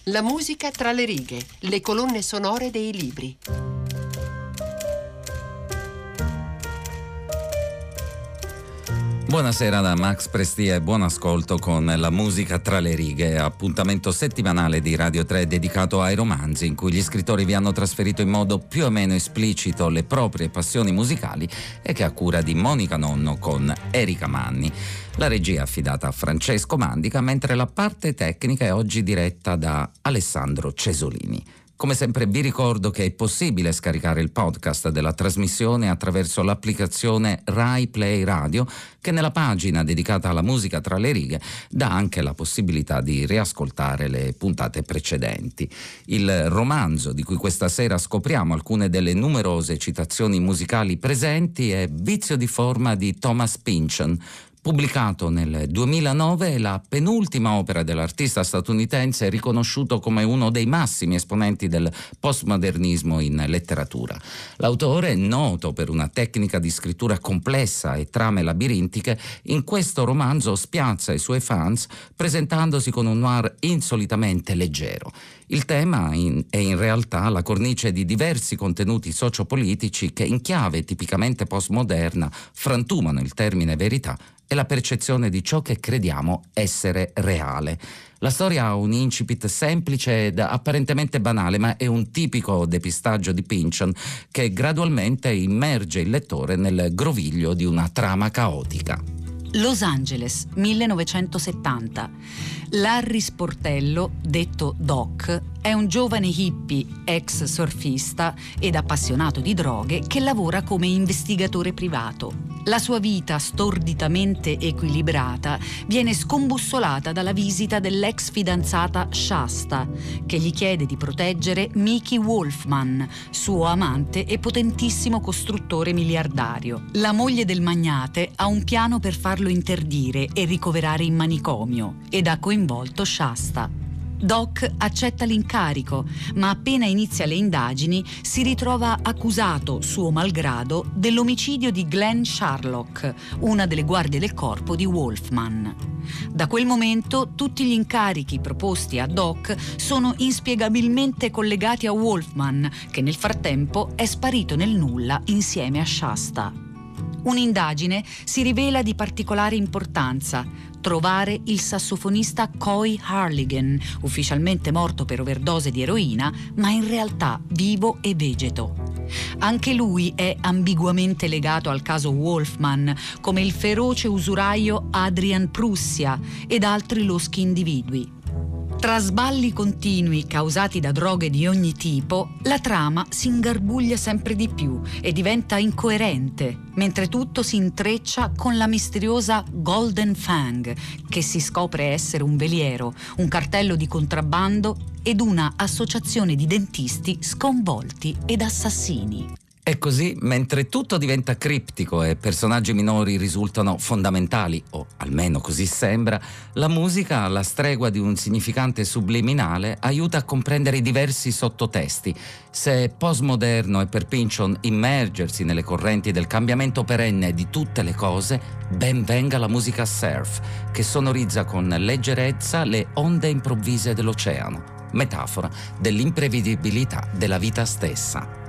La musica tra le righe, le colonne sonore dei libri. Buonasera da Max Prestia e buon ascolto con La musica tra le righe, appuntamento settimanale di Radio 3 dedicato ai romanzi in cui gli scrittori vi hanno trasferito in modo più o meno esplicito le proprie passioni musicali e che è a cura di Monica Nonno con Erika Manni. La regia è affidata a Francesco Mandica, mentre la parte tecnica è oggi diretta da Alessandro Cesolini. Come sempre vi ricordo che è possibile scaricare il podcast della trasmissione attraverso l'applicazione Rai Play Radio, che nella pagina dedicata alla musica tra le righe dà anche la possibilità di riascoltare le puntate precedenti. Il romanzo di cui questa sera scopriamo alcune delle numerose citazioni musicali presenti è Vizio di forma di Thomas Pynchon. Pubblicato nel 2009, è la penultima opera dell'artista statunitense riconosciuto come uno dei massimi esponenti del postmodernismo in letteratura. L'autore, noto per una tecnica di scrittura complessa e trame labirintiche, in questo romanzo spiazza i suoi fans presentandosi con un noir insolitamente leggero. Il tema è in realtà la cornice di diversi contenuti sociopolitici che in chiave tipicamente postmoderna frantumano il termine verità e la percezione di ciò che crediamo essere reale. La storia ha un incipit semplice ed apparentemente banale, ma è un tipico depistaggio di Pynchon che gradualmente immerge il lettore nel groviglio di una trama caotica. Los Angeles, 1970. Larry Sportello, detto Doc, è un giovane hippie, ex surfista ed appassionato di droghe che lavora come investigatore privato. La sua vita storditamente equilibrata viene scombussolata dalla visita dell'ex fidanzata Shasta, che gli chiede di proteggere Mickey Wolfman, suo amante e potentissimo costruttore miliardario. La moglie del magnate ha un piano per farlo interdire e ricoverare in manicomio ed ha coinvolto Shasta. Doc accetta l'incarico, ma appena inizia le indagini si ritrova accusato, suo malgrado, dell'omicidio di Glenn Sharlock, una delle guardie del corpo di Wolfman. Da quel momento tutti gli incarichi proposti a Doc sono inspiegabilmente collegati a Wolfman, che nel frattempo è sparito nel nulla insieme a Shasta. Un'indagine si rivela di particolare importanza: trovare il sassofonista Coy Harligan, ufficialmente morto per overdose di eroina, ma in realtà vivo e vegeto. Anche lui è ambiguamente legato al caso Wolfman, come il feroce usuraio Adrian Prussia ed altri loschi individui. Tra sballi continui causati da droghe di ogni tipo, la trama si ingarbuglia sempre di più e diventa incoerente, mentre tutto si intreccia con la misteriosa Golden Fang, che si scopre essere un veliero, un cartello di contrabbando ed una associazione di dentisti sconvolti ed assassini. E così, mentre tutto diventa criptico e personaggi minori risultano fondamentali, o almeno così sembra, la musica, alla stregua di un significante subliminale, aiuta a comprendere i diversi sottotesti. Se postmoderno è per Pynchon immergersi nelle correnti del cambiamento perenne di tutte le cose, ben venga la musica surf, che sonorizza con leggerezza le onde improvvise dell'oceano, metafora dell'imprevedibilità della vita stessa.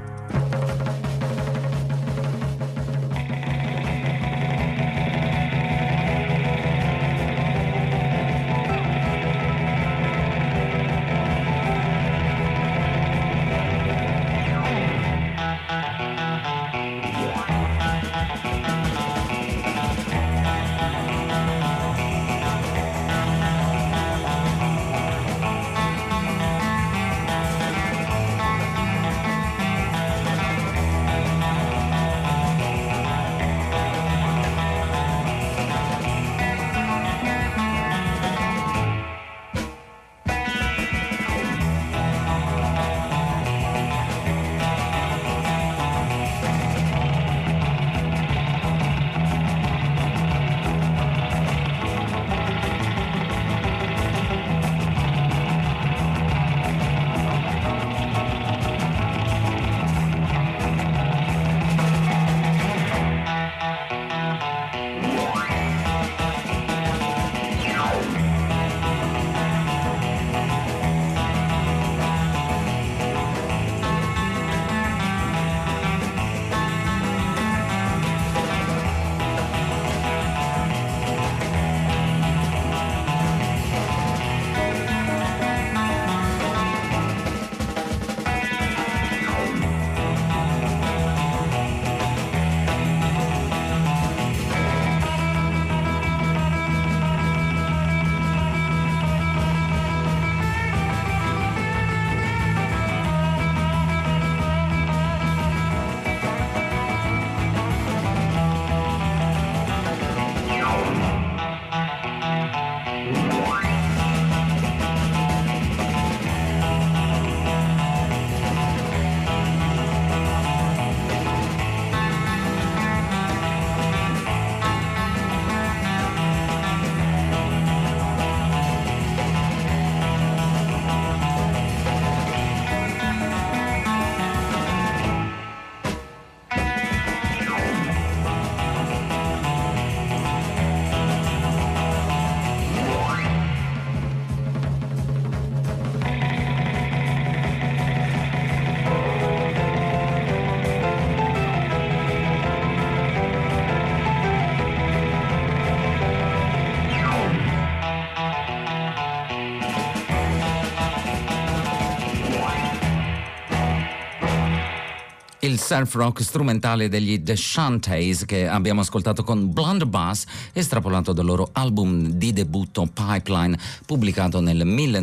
il surf rock strumentale degli The Shantays che abbiamo ascoltato con Blunderbuss, estrapolato dal loro album di debutto Pipeline, pubblicato nel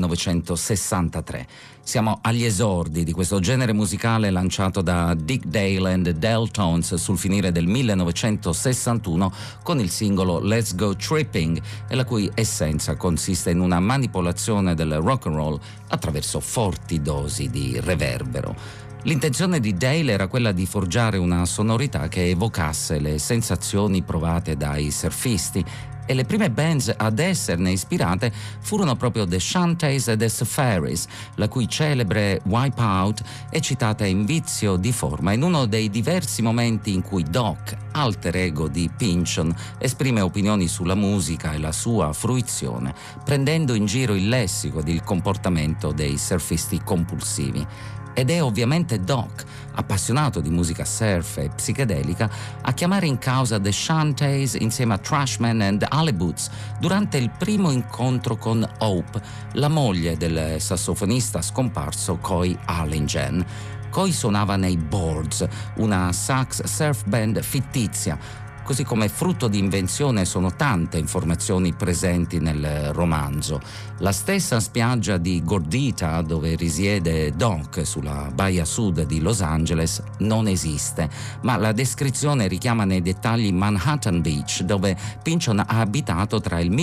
1963. Siamo agli esordi di questo genere musicale lanciato da Dick Dale and the Deltones sul finire del 1961 con il singolo Let's Go Tripping, e la cui essenza consiste in una manipolazione del rock and roll attraverso forti dosi di reverbero. L'intenzione di Dale era quella di forgiare una sonorità che evocasse le sensazioni provate dai surfisti, e le prime bands ad esserne ispirate furono proprio The Shantays e The Safaris, la cui celebre Wipeout è citata in vizio di forma in uno dei diversi momenti in cui Doc, alter ego di Pynchon, esprime opinioni sulla musica e la sua fruizione, prendendo in giro il lessico ed il comportamento dei surfisti compulsivi. Ed è ovviamente Doc, appassionato di musica surf e psichedelica, a chiamare in causa The Shantays insieme a Trashman and Halibutz durante il primo incontro con Hope, la moglie del sassofonista scomparso Coy Harlingen. Coy suonava nei Boards, una sax surf band fittizia. Così come frutto di invenzione sono tante informazioni presenti nel romanzo. La stessa spiaggia di Gordita, dove risiede Doc sulla baia sud di Los Angeles, non esiste, ma la descrizione richiama nei dettagli Manhattan Beach, dove Pynchon ha abitato tra il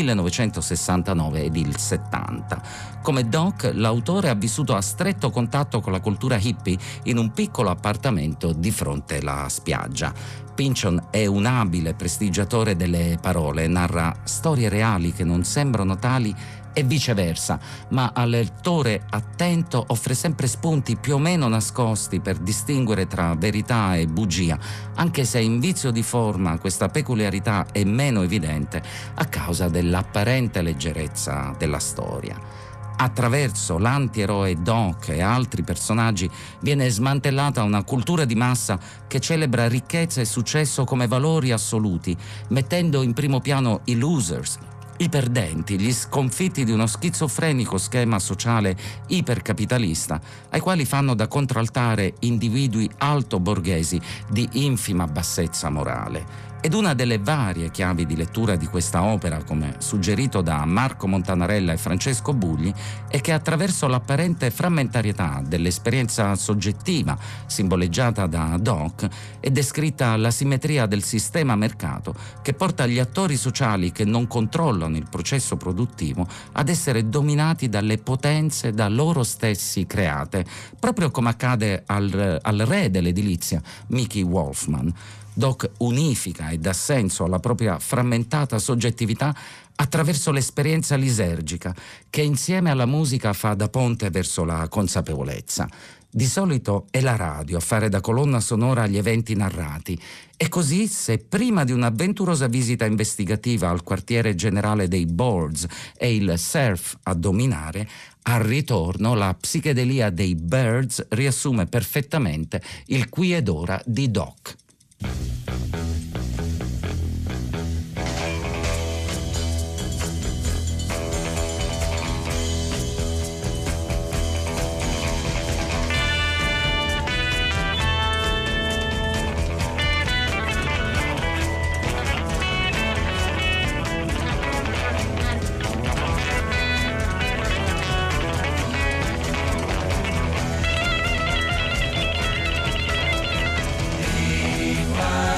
1969 ed il 70. Come Doc, l'autore ha vissuto a stretto contatto con la cultura hippie in un piccolo appartamento di fronte alla spiaggia. Pynchon è un abile prestigiatore delle parole, narra storie reali che non sembrano tali e viceversa, ma al lettore attento offre sempre spunti più o meno nascosti per distinguere tra verità e bugia, anche se in vizio di forma questa peculiarità è meno evidente a causa dell'apparente leggerezza della storia. Attraverso l'antieroe Doc e altri personaggi viene smantellata una cultura di massa che celebra ricchezza e successo come valori assoluti, mettendo in primo piano i losers, i perdenti, gli sconfitti di uno schizofrenico schema sociale ipercapitalista, ai quali fanno da contraltare individui alto borghesi di infima bassezza morale. Ed una delle varie chiavi di lettura di questa opera, come suggerito da Marco Montanarella e Francesco Bugli, è che attraverso l'apparente frammentarietà dell'esperienza soggettiva simboleggiata da Doc è descritta la simmetria del sistema mercato che porta gli attori sociali che non controllano il processo produttivo ad essere dominati dalle potenze da loro stessi create, proprio come accade al re dell'edilizia, Mickey Wolfman. Doc unifica e dà senso alla propria frammentata soggettività attraverso l'esperienza lisergica che insieme alla musica fa da ponte verso la consapevolezza. Di solito è la radio a fare da colonna sonora agli eventi narrati, e così se prima di un'avventurosa visita investigativa al quartiere generale dei Boards è il surf a dominare, al ritorno la psichedelia dei Birds riassume perfettamente il qui ed ora di Doc. My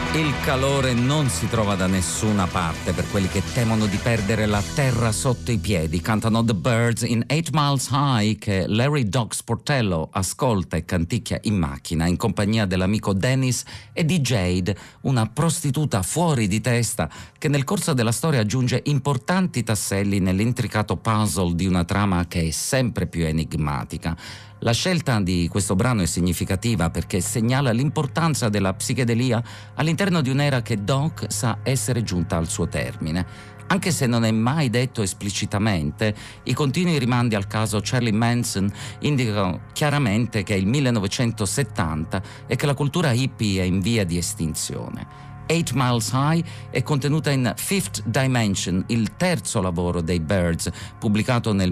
Il calore non si trova da nessuna parte per quelli che temono di perdere la terra sotto i piedi. Cantano The Byrds in 8 Miles High, che Larry Doc Sportello ascolta e canticchia in macchina in compagnia dell'amico Dennis e di Jade, una prostituta fuori di testa che nel corso della storia aggiunge importanti tasselli nell'intricato puzzle di una trama che è sempre più enigmatica. La scelta di questo brano è significativa perché segnala l'importanza della psichedelia all'interno di un'era che Doc sa essere giunta al suo termine. Anche se non è mai detto esplicitamente, i continui rimandi al caso Charlie Manson indicano chiaramente che è il 1970 e che la cultura hippie è in via di estinzione. 8 Miles High è contenuta in Fifth Dimension, il terzo lavoro dei Byrds, pubblicato nel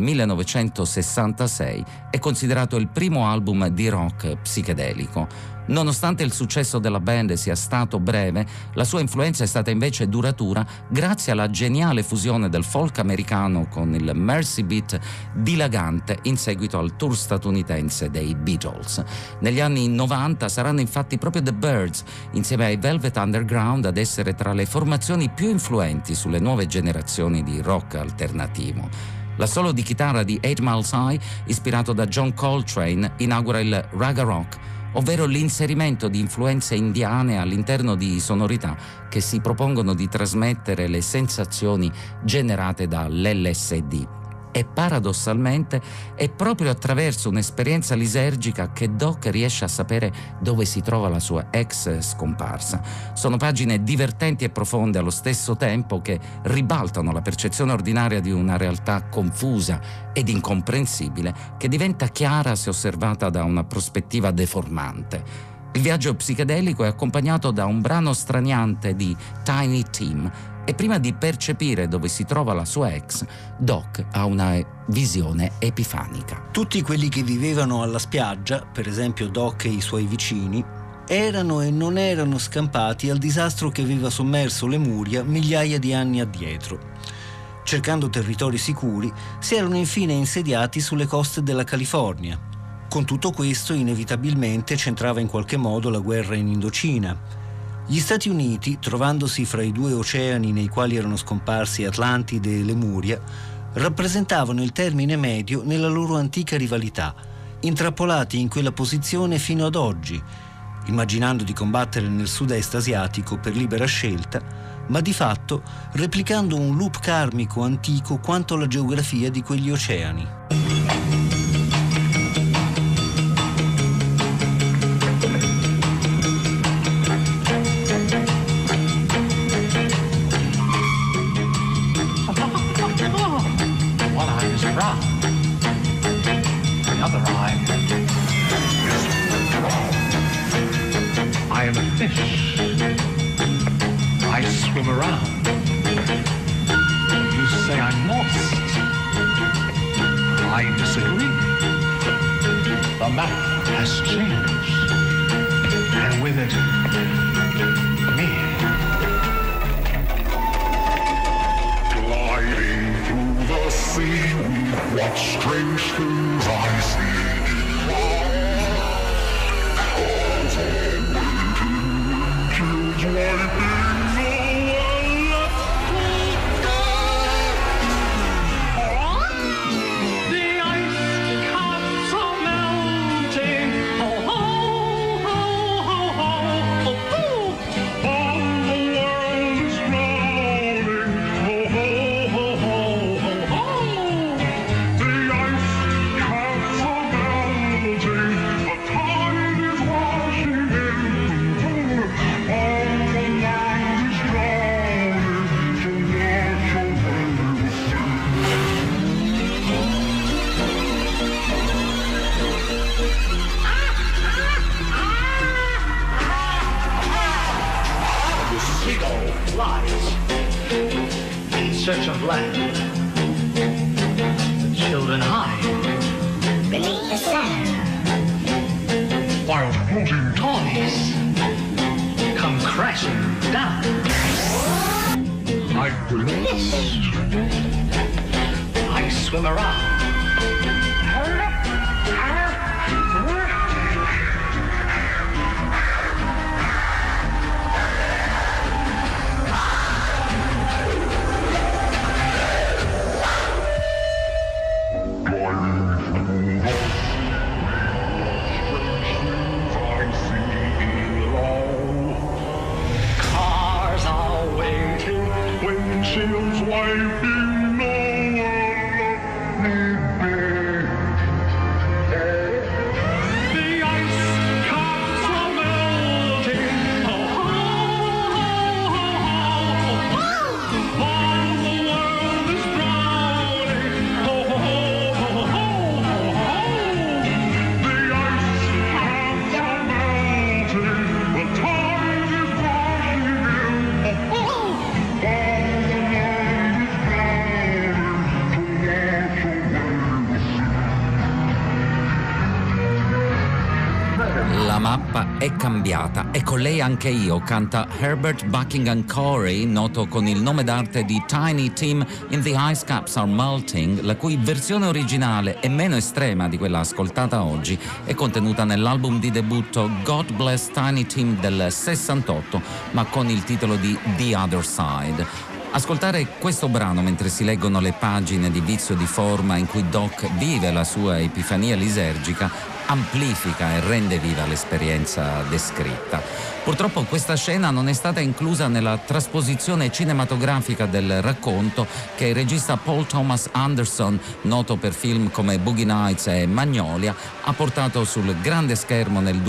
1966 e considerato il primo album di rock psichedelico. Nonostante il successo della band sia stato breve, la sua influenza è stata invece duratura grazie alla geniale fusione del folk americano con il Mercy Beat dilagante in seguito al tour statunitense dei Beatles. Negli anni 90 saranno infatti proprio The Byrds, insieme ai Velvet Underground, ad essere tra le formazioni più influenti sulle nuove generazioni di rock alternativo. L'assolo di chitarra di 8 Miles High, ispirato da John Coltrane, inaugura il Raga Rock, ovvero l'inserimento di influenze indiane all'interno di sonorità che si propongono di trasmettere le sensazioni generate dall'LSD. E paradossalmente è proprio attraverso un'esperienza lisergica che Doc riesce a sapere dove si trova la sua ex scomparsa. Sono pagine divertenti e profonde allo stesso tempo che ribaltano la percezione ordinaria di una realtà confusa ed incomprensibile che diventa chiara se osservata da una prospettiva deformante. Il viaggio psichedelico è accompagnato da un brano straniante di Tiny Tim e prima di percepire dove si trova la sua ex, Doc ha una visione epifanica. Tutti quelli che vivevano alla spiaggia, per esempio Doc e i suoi vicini, erano e non erano scampati al disastro che aveva sommerso Lemuria migliaia di anni addietro. Cercando territori sicuri, si erano infine insediati sulle coste della California. Con tutto questo, inevitabilmente c'entrava in qualche modo la guerra in Indocina. Gli Stati Uniti, trovandosi fra i due oceani nei quali erano scomparsi Atlantide e Lemuria, rappresentavano il termine medio nella loro antica rivalità, intrappolati in quella posizione fino ad oggi, immaginando di combattere nel sud-est asiatico per libera scelta, ma di fatto replicando un loop karmico antico quanto la geografia di quegli oceani. I swim around. You say I'm lost. I disagree. The map has changed, and with it, me. Gliding through the sea, what strange things I see. Search of land. The children hide beneath the sand, while floating toys come crashing down. I resist. I swim around. mappa è cambiata e con lei anche io, canta Herbert Buckingham Corey, noto con il nome d'arte di Tiny Tim in The Ice Caps Are Melting, la cui versione originale è meno estrema di quella ascoltata oggi, è contenuta nell'album di debutto God Bless Tiny Tim del 68, ma con il titolo di The Other Side. Ascoltare questo brano mentre si leggono le pagine di Vizio di forma in cui Doc vive la sua epifania lisergica amplifica e rende viva l'esperienza descritta. Purtroppo questa scena non è stata inclusa nella trasposizione cinematografica del racconto che il regista Paul Thomas Anderson, noto per film come Boogie Nights e Magnolia, ha portato sul grande schermo nel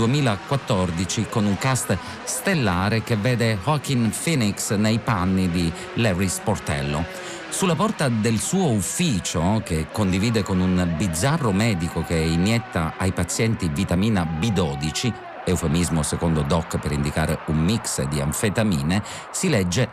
2014 con un cast stellare che vede Joaquin Phoenix nei panni di Larry Sportello. Sulla porta del suo ufficio, che condivide con un bizzarro medico che inietta ai pazienti vitamina B12, eufemismo secondo Doc per indicare un mix di anfetamine, si legge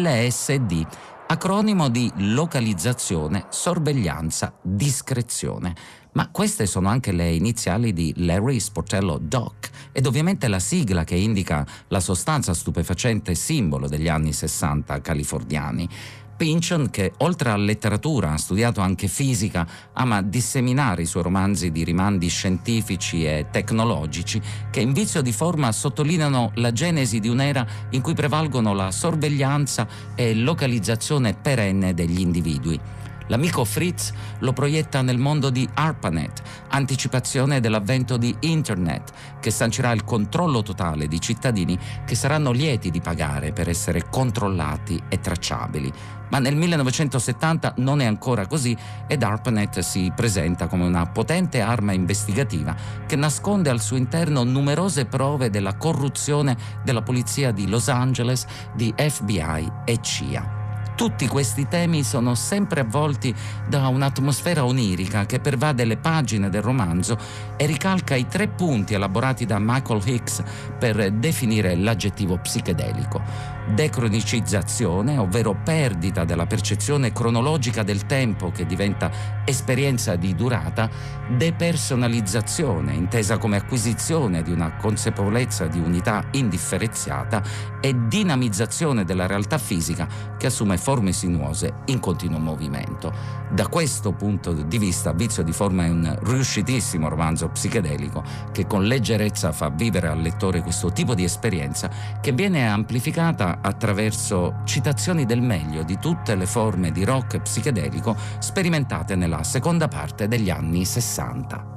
LSD, acronimo di localizzazione, sorveglianza, discrezione. Ma queste sono anche le iniziali di Larry Sportello Doc ed ovviamente la sigla che indica la sostanza stupefacente simbolo degli anni 60 californiani. Pynchon, che oltre a letteratura ha studiato anche fisica, ama disseminare i suoi romanzi di rimandi scientifici e tecnologici che in Vizio di forma sottolineano la genesi di un'era in cui prevalgono la sorveglianza e localizzazione perenne degli individui. L'amico Fritz lo proietta nel mondo di ARPANET, anticipazione dell'avvento di Internet, che sancirà il controllo totale di cittadini che saranno lieti di pagare per essere controllati e tracciabili. Ma nel 1970 non è ancora così ed ARPANET si presenta come una potente arma investigativa che nasconde al suo interno numerose prove della corruzione della polizia di Los Angeles, di FBI e CIA. Tutti questi temi sono sempre avvolti da un'atmosfera onirica che pervade le pagine del romanzo e ricalca i 3 punti elaborati da Michael Hicks per definire l'aggettivo psichedelico. Decronicizzazione, ovvero perdita della percezione cronologica del tempo che diventa esperienza di durata, depersonalizzazione, intesa come acquisizione di una consapevolezza di unità indifferenziata, e dinamizzazione della realtà fisica che assume forme sinuose in continuo movimento. Da questo punto di vista Vizio di forma è un riuscitissimo romanzo psichedelico che con leggerezza fa vivere al lettore questo tipo di esperienza che viene amplificata attraverso citazioni del meglio di tutte le forme di rock psichedelico sperimentate nella seconda parte degli anni 60.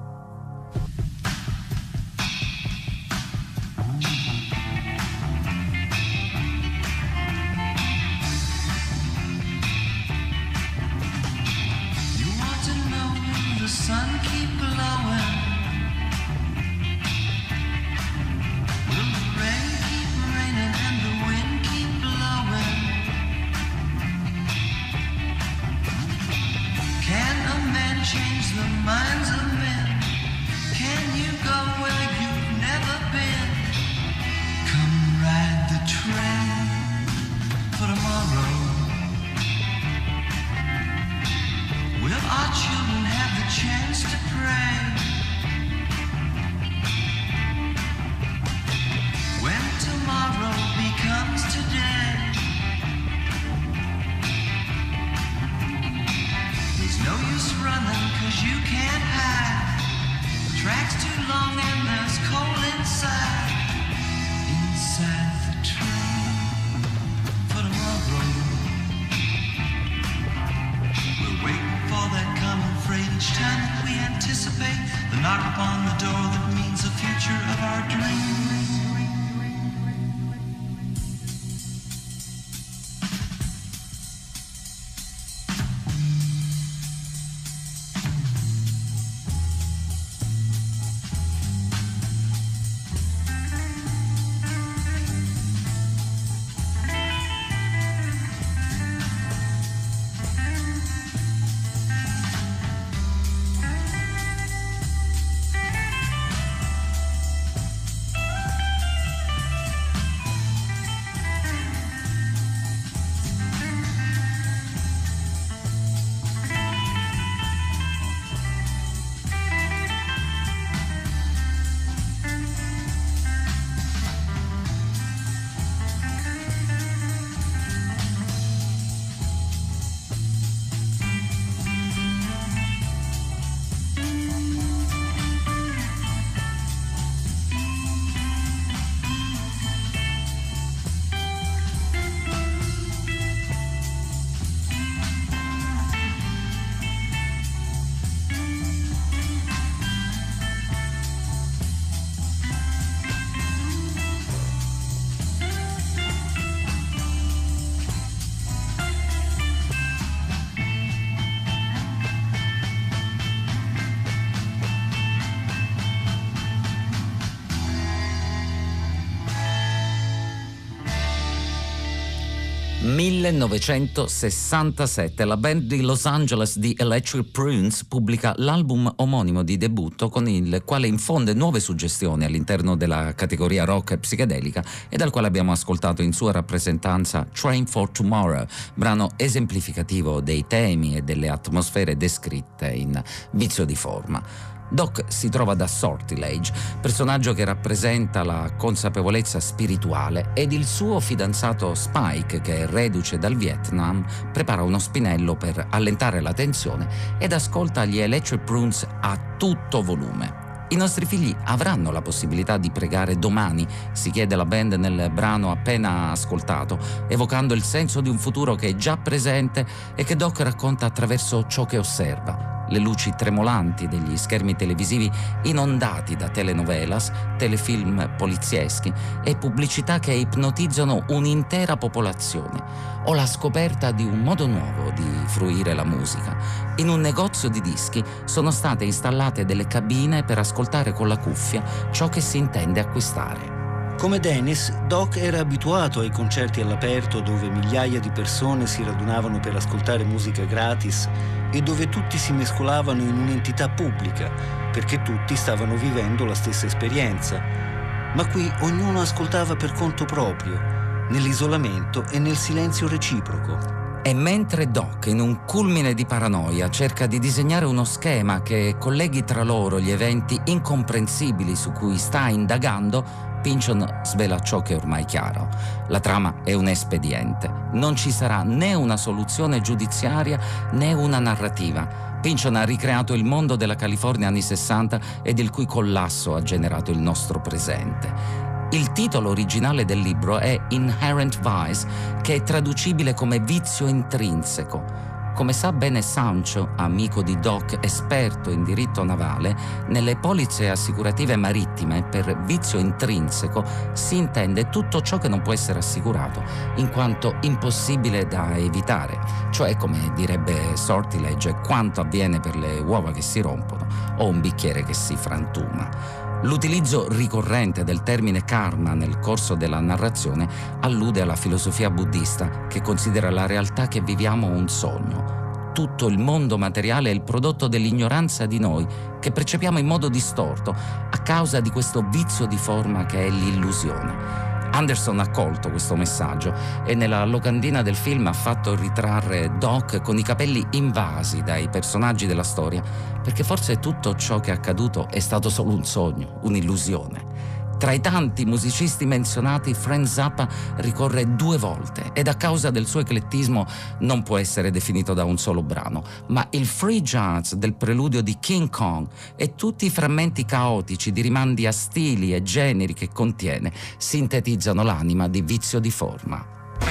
1967 la band di Los Angeles The Electric Prunes pubblica l'album omonimo di debutto, con il quale infonde nuove suggestioni all'interno della categoria rock e psichedelica, e dal quale abbiamo ascoltato in sua rappresentanza Train for Tomorrow, brano esemplificativo dei temi e delle atmosfere descritte in Vizio di forma. Doc si trova da Sortilege, personaggio che rappresenta la consapevolezza spirituale, ed il suo fidanzato Spike, che è reduce dal Vietnam, prepara uno spinello per allentare la tensione ed ascolta gli Electric Prunes a tutto volume. I nostri figli avranno la possibilità di pregare domani, si chiede la band nel brano appena ascoltato, evocando il senso di un futuro che è già presente e che Doc racconta attraverso ciò che osserva. Le luci tremolanti degli schermi televisivi inondati da telenovelas, telefilm polizieschi e pubblicità che ipnotizzano un'intera popolazione, o la scoperta di un modo nuovo di fruire la musica. In un negozio di dischi sono state installate delle cabine per ascoltare con la cuffia ciò che si intende acquistare. Come Dennis, Doc era abituato ai concerti all'aperto dove migliaia di persone si radunavano per ascoltare musica gratis e dove tutti si mescolavano in un'entità pubblica, perché tutti stavano vivendo la stessa esperienza. Ma qui ognuno ascoltava per conto proprio, nell'isolamento e nel silenzio reciproco. E mentre Doc, in un culmine di paranoia, cerca di disegnare uno schema che colleghi tra loro gli eventi incomprensibili su cui sta indagando, Pynchon svela ciò che è ormai chiaro. La trama è un espediente. Non ci sarà né una soluzione giudiziaria né una narrativa. Pynchon ha ricreato il mondo della California anni 60 ed il cui collasso ha generato il nostro presente. Il titolo originale del libro è Inherent Vice, che è traducibile come vizio intrinseco. Come sa bene Sancho, amico di Doc, esperto in diritto navale, nelle polizze assicurative marittime per vizio intrinseco si intende tutto ciò che non può essere assicurato, in quanto impossibile da evitare, cioè, come direbbe Sortilege, quanto avviene per le uova che si rompono o un bicchiere che si frantuma. L'utilizzo ricorrente del termine karma nel corso della narrazione allude alla filosofia buddista, che considera la realtà che viviamo un sogno. Tutto il mondo materiale è il prodotto dell'ignoranza di noi, che percepiamo in modo distorto a causa di questo vizio di forma che è l'illusione. Anderson ha colto questo messaggio e nella locandina del film ha fatto ritrarre Doc con i capelli invasi dai personaggi della storia, perché forse tutto ciò che è accaduto è stato solo un sogno, un'illusione. Tra i tanti musicisti menzionati, Frank Zappa ricorre 2 volte ed a causa del suo eclettismo non può essere definito da un solo brano, ma il free jazz del preludio di King Kong e tutti i frammenti caotici di rimandi a stili e generi che contiene sintetizzano l'anima di Vizio di forma.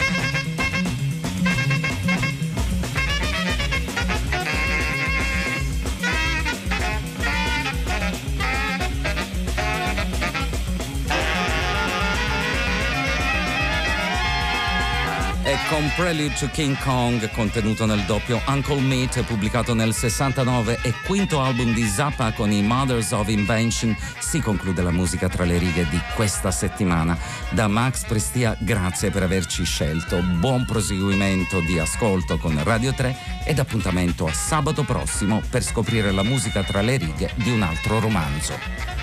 E con Prelude to King Kong, contenuto nel doppio Uncle Meat, pubblicato nel 69 e quinto album di Zappa con i Mothers of Invention, si conclude la musica tra le righe di questa settimana. Da Max Prestia, grazie per averci scelto, buon proseguimento di ascolto con Radio 3 ed appuntamento a sabato prossimo per scoprire la musica tra le righe di un altro romanzo.